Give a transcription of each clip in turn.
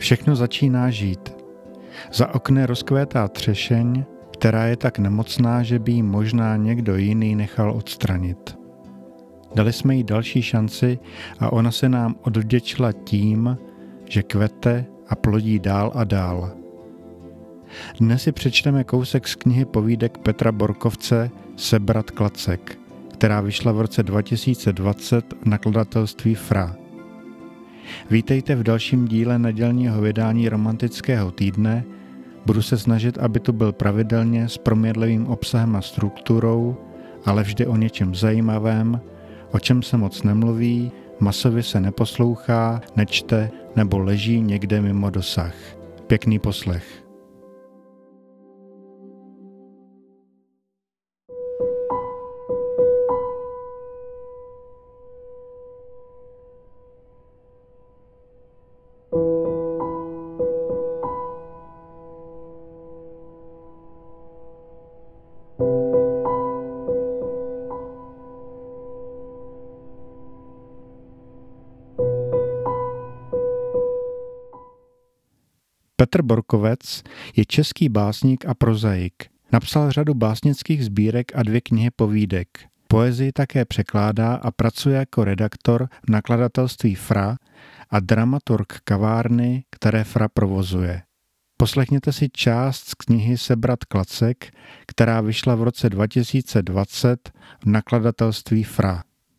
Všechno začíná žít. Za okny rozkvétá třešeň, která je tak nemocná, že by ji možná někdo jiný nechal odstranit. Dali jsme jí další šanci a ona se nám odvděčila tím, že kvete a plodí dál a dál. Dnes si přečteme kousek z knihy povídek Petra Borkovce Sebrat klacek, která vyšla v roce 2020 v nakladatelství FRA. Vítejte v dalším díle nedělního vydání Romantického týdne. Budu se snažit, aby tu byl pravidelně s proměnlivým obsahem a strukturou, ale vždy o něčem zajímavém, o čem se moc nemluví, masově se neposlouchá, nečte nebo leží někde mimo dosah. Pěkný poslech. Petr Borkovec je český básník a prozaik. Napsal řadu básnických sbírek a 2 knihy povídek. Poezii také překládá a pracuje jako redaktor v nakladatelství FRA a dramaturg kavárny, které FRA provozuje. Poslechněte si část z knihy Sebrat klacek, která vyšla v roce 2020 v nakladatelství FRA.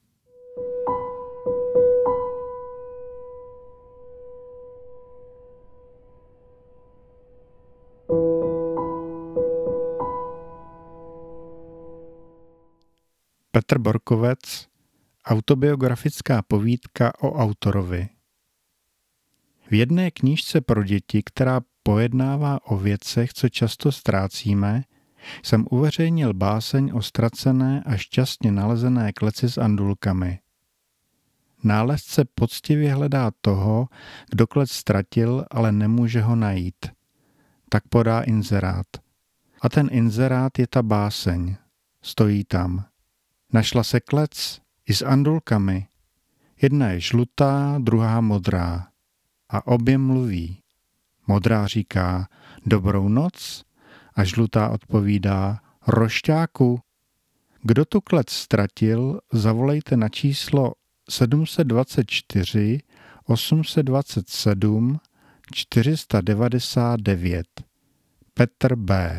Petr Borkovec, autobiografická povídka o autorovi. V jedné knížce pro děti, která pojednává o věcech, co často ztrácíme, jsem uveřejnil báseň o ztracené a šťastně nalezené kleci s andulkami. Nálezce poctivě hledá toho, kdo klec ztratil, ale nemůže ho najít. Tak podá inzerát. A ten inzerát je ta báseň. Stojí tam. Našla se klec i s andulkami. Jedna je žlutá, druhá modrá. A obě mluví. Modrá říká dobrou noc a žlutá odpovídá rošťáku. Kdo tu klec ztratil, zavolejte na číslo 724 827 499. Petr B.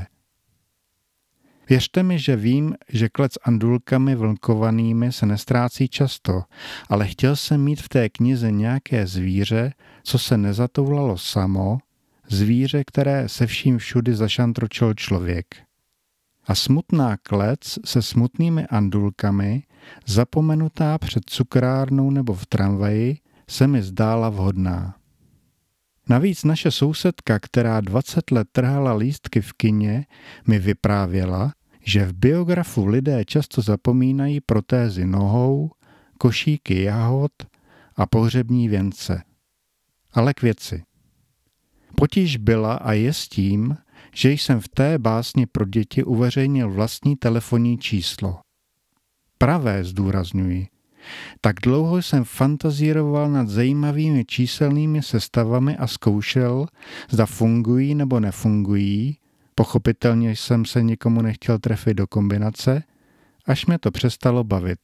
Věřte mi, že vím, že klec s andulkami vlnkovanými se nestrácí často, ale chtěl jsem mít v té knize nějaké zvíře, co se nezatoulalo samo, zvíře, které se vším všudy zašantročil člověk. A smutná klec se smutnými andulkami, zapomenutá před cukrárnou nebo v tramvaji, se mi zdála vhodná. Navíc naše sousedka, která 20 let trhala lístky v kině, mi vyprávěla, že v biografu lidé často zapomínají protézy nohou, košíky jahod a pohřební věnce. Ale k věci. Potíž byla a je s tím, že jsem v té básni pro děti uveřejnil vlastní telefonní číslo. Pravé, zdůrazňuji. Tak dlouho jsem fantazíroval nad zajímavými číselnými sestavami a zkoušel, zda fungují nebo nefungují, pochopitelně jsem se nikomu nechtěl trefit do kombinace, až mě to přestalo bavit.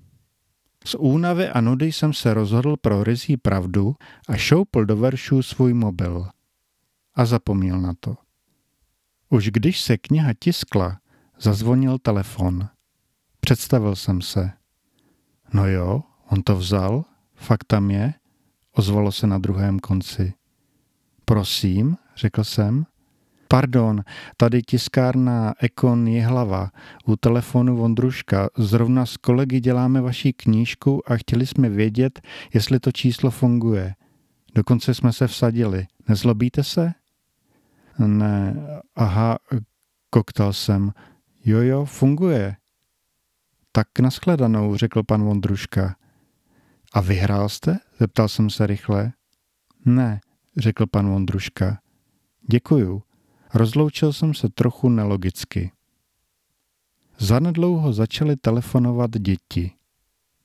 Z únavy a nudy jsem se rozhodl pro ryzí pravdu a šoupl do veršů svůj mobil. A zapomněl na to. Už když se kniha tiskla, zazvonil telefon. Představil jsem se. No jo, on to vzal, fakt tam je, ozvalo se na druhém konci. Prosím, řekl jsem. Pardon, tady tiskárna Ekon Jihlava, u telefonu Vondruška, zrovna s kolegy děláme vaši knížku a chtěli jsme vědět, jestli to číslo funguje. Dokonce jsme se vsadili, nezlobíte se? Ne, aha, koktal jsem. Jo, funguje. Tak nashledanou, řekl pan Vondruška. A vyhrál jste? Zeptal jsem se rychle. Ne, řekl pan Vondruška. Děkuju. Rozloučil jsem se trochu nelogicky. Zanedlouho začaly telefonovat děti.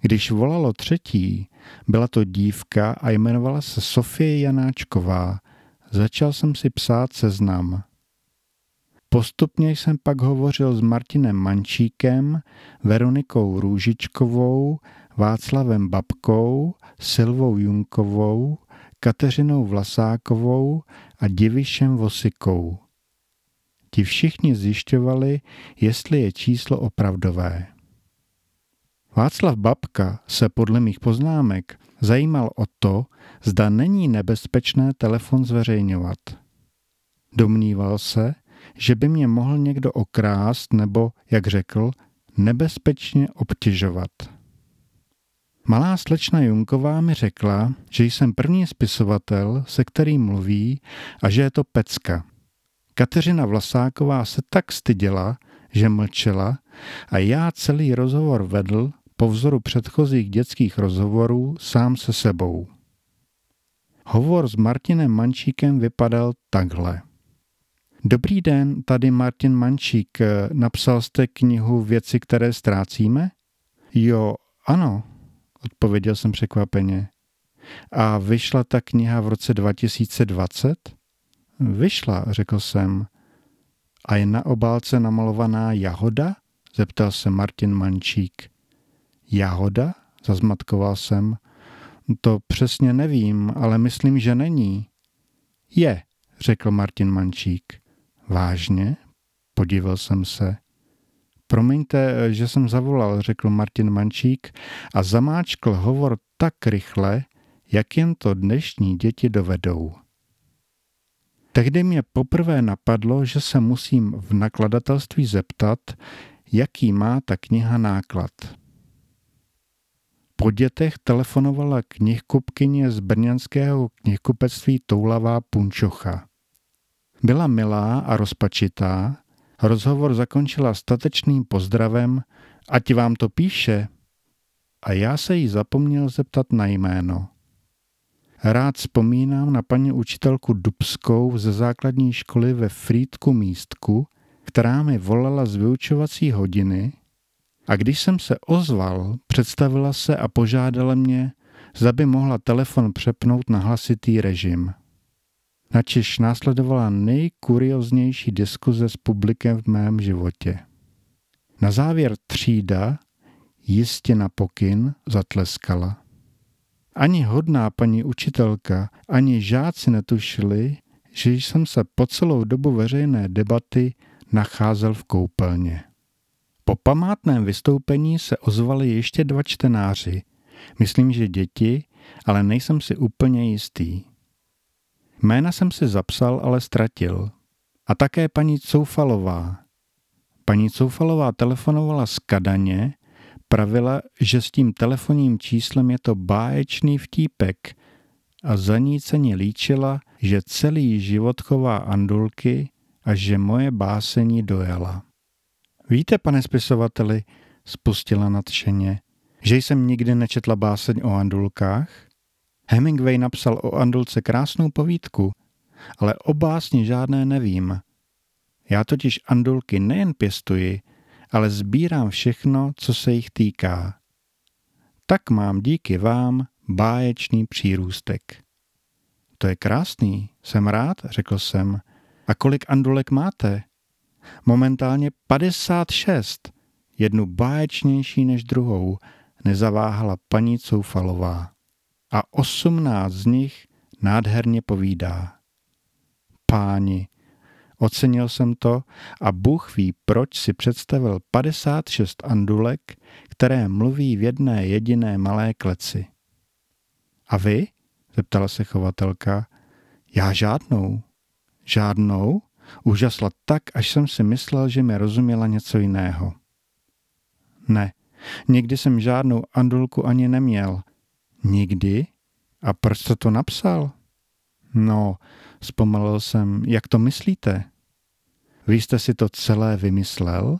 Když volalo třetí, byla to dívka a jmenovala se Sofie Janáčková. Začal jsem si psát seznam. Postupně jsem pak hovořil s Martinem Mančíkem, Veronikou Růžičkovou, Václavem Babkou, Silvou Junkovou, Kateřinou Vlasákovou a Divišem Vosikou. Ti všichni zjišťovali, jestli je číslo opravdové. Václav Babka se podle mých poznámek zajímal o to, zda není nebezpečné telefon zveřejňovat. Domníval se, že by mě mohl někdo okrást nebo, jak řekl, nebezpečně obtěžovat. Malá slečna Junková mi řekla, že jsem první spisovatel, se kterým mluví a že je to pecka. Kateřina Vlasáková se tak styděla, že mlčela a já celý rozhovor vedl po vzoru předchozích dětských rozhovorů sám se sebou. Hovor s Martinem Mančíkem vypadal takhle. Dobrý den, tady Martin Mančík. Napsal jste knihu Věci, které ztrácíme? Jo, ano, odpověděl jsem překvapeně. A vyšla ta kniha v roce 2020? Vyšla, řekl jsem. A je na obálce namalovaná jahoda? Zeptal se Martin Mančík. Jahoda? Zazmatkoval jsem. To přesně nevím, ale myslím, že není. Je, řekl Martin Mančík. Vážně? Podíval jsem se. Promiňte, že jsem zavolal, řekl Martin Mančík a zamáčkl hovor tak rychle, jak jen to dnešní děti dovedou. Tehdy mě poprvé napadlo, že se musím v nakladatelství zeptat, jaký má ta kniha náklad. Po dětech telefonovala knihkupkyně z brněnského knihkupectví Toulavá Punčocha. Byla milá a rozpačitá, rozhovor zakončila statečným pozdravem, ať vám to píše, a já se jí zapomněl zeptat na jméno. Rád vzpomínám na paní učitelku Dubskou ze základní školy ve Frýdku Místku, která mi volala z vyučovací hodiny a když jsem se ozval, představila se a požádala mě, zda by mohla telefon přepnout na hlasitý režim. Načež následovala nejkurioznější diskuze s publikem v mém životě. Na závěr třída, jistě na pokyn, zatleskala. Ani hodná paní učitelka, ani žáci netušili, že jsem se po celou dobu veřejné debaty nacházel v koupelně. Po památném vystoupení se ozvali ještě 2 čtenáři. Myslím, že děti, ale nejsem si úplně jistý. Jména jsem si zapsal, ale ztratil. A také paní Coufalová. Paní Coufalová telefonovala z Kadaně, pravila, že s tím telefonním číslem je to báječný vtípek a zaníceně líčila, že celý život chová andulky a že moje básení dojala. Víte, pane spisovateli, spustila nadšeně, že jsem nikdy nečetla báseň o andulkách? Hemingway napsal o andulce krásnou povídku, ale o básni žádné nevím. Já totiž andulky nejen pěstuji, ale sbírám všechno, co se jich týká. Tak mám díky vám báječný přírůstek. To je krásný, jsem rád, řekl jsem. A kolik andulek máte? Momentálně 56, jednu báječnější než druhou, nezaváhala paní Coufalová. A 18 z nich nádherně povídá. Páni, ocenil jsem to a Bůh ví, proč si představil 56 andulek, které mluví v jedné jediné malé kleci. A vy? Zeptala se chovatelka. Já žádnou. Žádnou? Užasla tak, až jsem si myslel, že mi rozuměla něco jiného. Ne, nikdy jsem žádnou andulku ani neměl. Nikdy? A proč jste to napsal? No, zpomalil jsem, jak to myslíte? Vy jste si to celé vymyslel?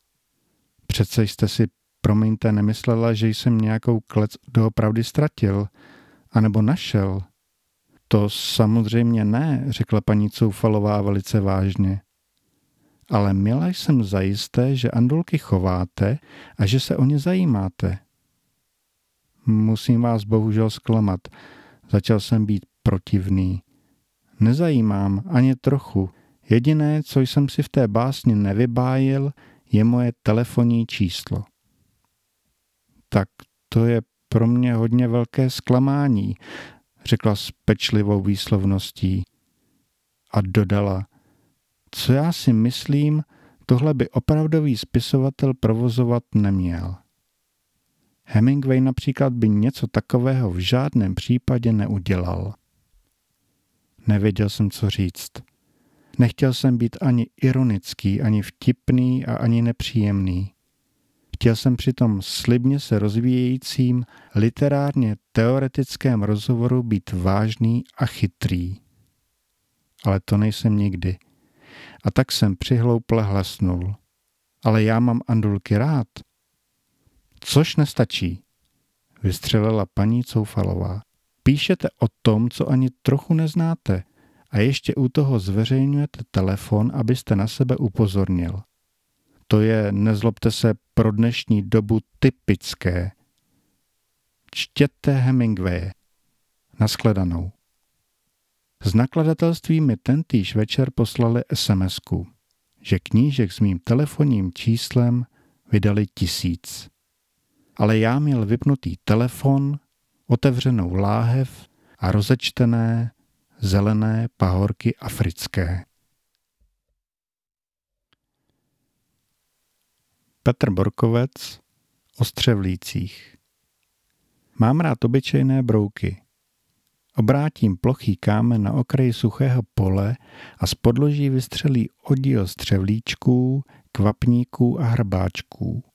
Přece jste si, promiňte, nemyslela, že jsem nějakou klec doopravdy ztratil, anebo našel. To samozřejmě ne, řekla paní Coufalová velice vážně. Ale měla jsem zajisté, že andulky chováte a že se o ně zajímáte. Musím vás bohužel zklamat. Začal jsem být protivný. Nezajímám ani trochu. Jediné, co jsem si v té básni nevybájil, je moje telefonní číslo. Tak to je pro mě hodně velké zklamání, řekla s pečlivou výslovností. A dodala, co já si myslím, tohle by opravdový spisovatel provozovat neměl. Hemingway například by něco takového v žádném případě neudělal. Nevěděl jsem, co říct. Nechtěl jsem být ani ironický, ani vtipný a ani nepříjemný. Chtěl jsem při tom slibně se rozvíjejícím literárně teoretickém rozhovoru být vážný a chytrý. Ale to nejsem nikdy. A tak jsem přihlouple hlasnul. Ale já mám Andulky rád. Což nestačí, vystřelila paní Coufalová. Píšete o tom, co ani trochu neznáte a ještě u toho zveřejňujete telefon, abyste na sebe upozornil. To je, nezlobte se, pro dnešní dobu typické. Čtěte Hemingwaye. Nashledanou. Z nakladatelství mi tentýž večer poslali SMS-ku, že knížek s mým telefonním číslem vydali 1000. Ale já měl vypnutý telefon, otevřenou láhev a rozečtené zelené pahorky africké. Petr Borkovec o střevlících. Mám rád obyčejné brouky. Obrátím plochý kámen na okraji suchého pole a z podloží vystřelí oddíl střevlíčků, kvapníků a hrbáčků.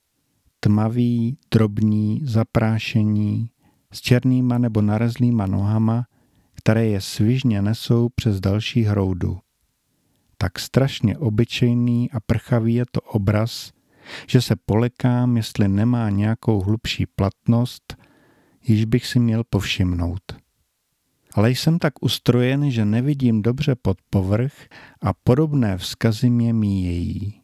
Tmaví, drobní, zaprášení, s černýma nebo narezlýma nohama, které je svižně nesou přes další hroudu. Tak strašně obyčejný a prchavý je to obraz, že se polekám, jestli nemá nějakou hlubší platnost, již bych si měl povšimnout. Ale jsem tak ustrojen, že nevidím dobře pod povrch a podobné vzkazy mě míjejí.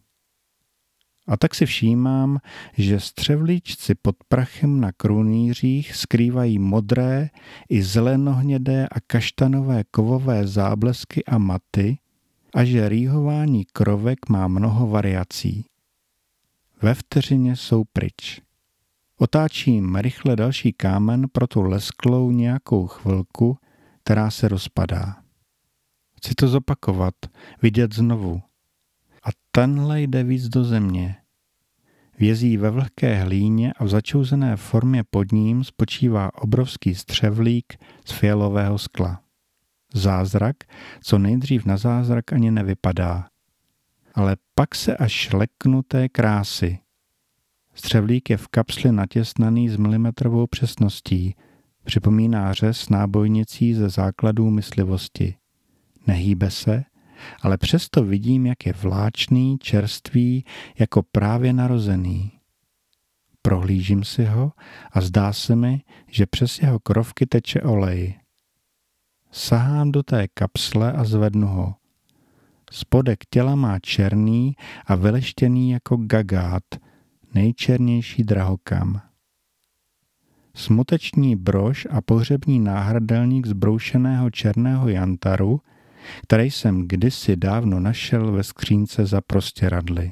A tak si všímám, že střevlíčci pod prachem na krunýřích skrývají modré i zelenohnědé a kaštanové kovové záblesky a maty a že rýhování krovek má mnoho variací. Ve vteřině jsou pryč. Otáčím rychle další kámen pro tu lesklou nějakou chvilku, která se rozpadá. Chci to zopakovat, vidět znovu. A tenhle jde víc do země. Vězí ve vlhké hlíně a v začouzené formě pod ním spočívá obrovský střevlík z fialového skla. Zázrak, co nejdřív na zázrak ani nevypadá. Ale pak se až leknu té krásy. Střevlík je v kapsli natěsnaný s milimetrovou přesností. Připomíná řez nábojnicí ze základů myslivosti. Nehýbe se, ale přesto vidím, jak je vláčný, čerstvý, jako právě narozený. Prohlížím si ho a zdá se mi, že přes jeho krovky teče olej. Sahám do té kapsle a zvednu ho. Spodek těla má černý a vyleštěný jako gagát, nejčernější drahokam. Smuteční brož a pohřební náhrdelník z broušeného černého jantaru, který jsem kdysi dávno našel ve skřínce za prostěradly.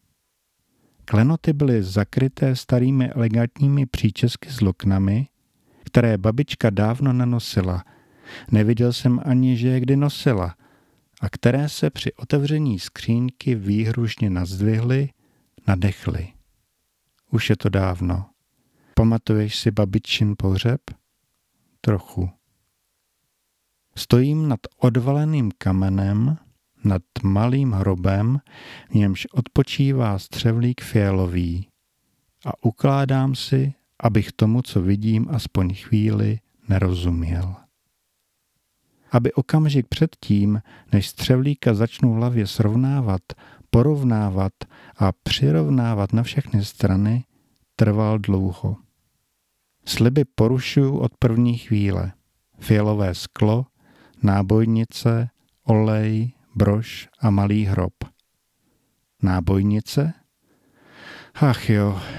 Klenoty byly zakryté starými elegantními příčesky s loknami, které babička dávno nenosila. Neviděl jsem ani, že je kdy nosila, a které se při otevření skřínky výhružně nazdvihly, nadechly. Už je to dávno. Pamatuješ si babičin pohřeb? Trochu. Stojím nad odvaleným kamenem, nad malým hrobem, v němž odpočívá střevlík fialový a ukládám si, abych tomu, co vidím, aspoň chvíli nerozuměl. Aby okamžik předtím, než střevlíka začnu v hlavě srovnávat, porovnávat a přirovnávat na všechny strany, trval dlouho. Sliby porušuju od první chvíle. Fialové sklo, nábojnice, olej, brož a malý hrob. Nábojnice? Ach jo,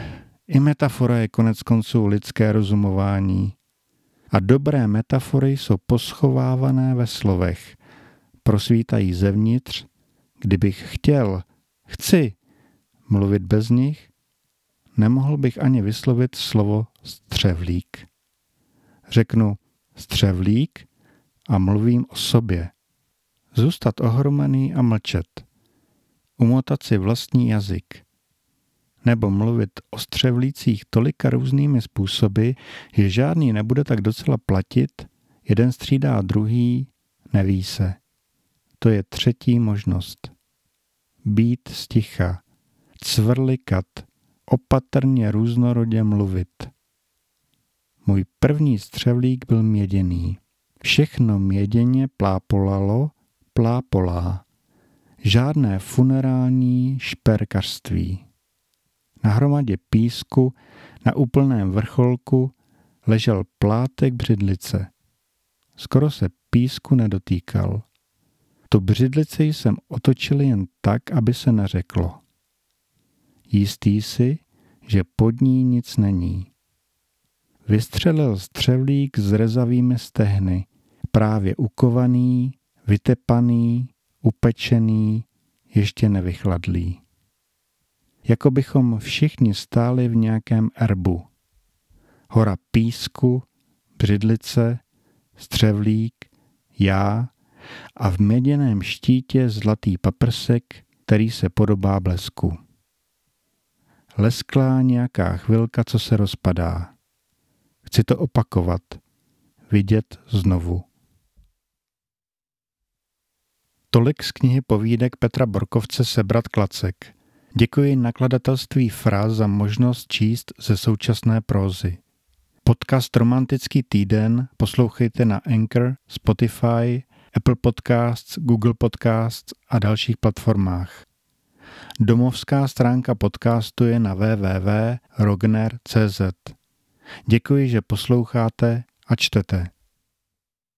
I metafora je konec konců lidské rozumování. A dobré metafory jsou poschovávané ve slovech. Prosvítají zevnitř. Kdybych chci mluvit bez nich, nemohl bych ani vyslovit slovo střevlík. Řeknu střevlík a mluvím o sobě. Zůstat ohromený a mlčet. Umotat si vlastní jazyk. Nebo mluvit o střevlících tolika různými způsoby, že žádný nebude tak docela platit, jeden střídá druhý, neví se. To je třetí možnost. Být sticha, cvrlikat, opatrně různorodě mluvit. Můj první střevlík byl měděný. Všechno měděně plápolá. Žádné funerální šperkařství. Na hromadě písku, na úplném vrcholku, ležel plátek břidlice. Skoro se písku nedotýkal. Tu břidlici jsem otočil jen tak, aby se neřeklo. Jistý si, že pod ní nic není. Vystřelil střevlík s rezavými stehny, právě ukovaný, vytepaný, upečený, ještě nevychladlý. Jako bychom všichni stáli v nějakém erbu. Hora písku, břidlice, střevlík, já a v měděném štítě zlatý paprsek, který se podobá blesku. Lesklá nějaká chvilka, co se rozpadá. Chci to opakovat, vidět znovu. Tolik z knihy povídek Petra Borkovce Sebrat klacek. Děkuji nakladatelství Fraz za možnost číst ze současné prózy. Podcast Romantický týden poslouchejte na Anchor, Spotify, Apple Podcasts, Google Podcasts a dalších platformách. Domovská stránka podcastu je na www.rogner.cz. Děkuji, že posloucháte a čtete.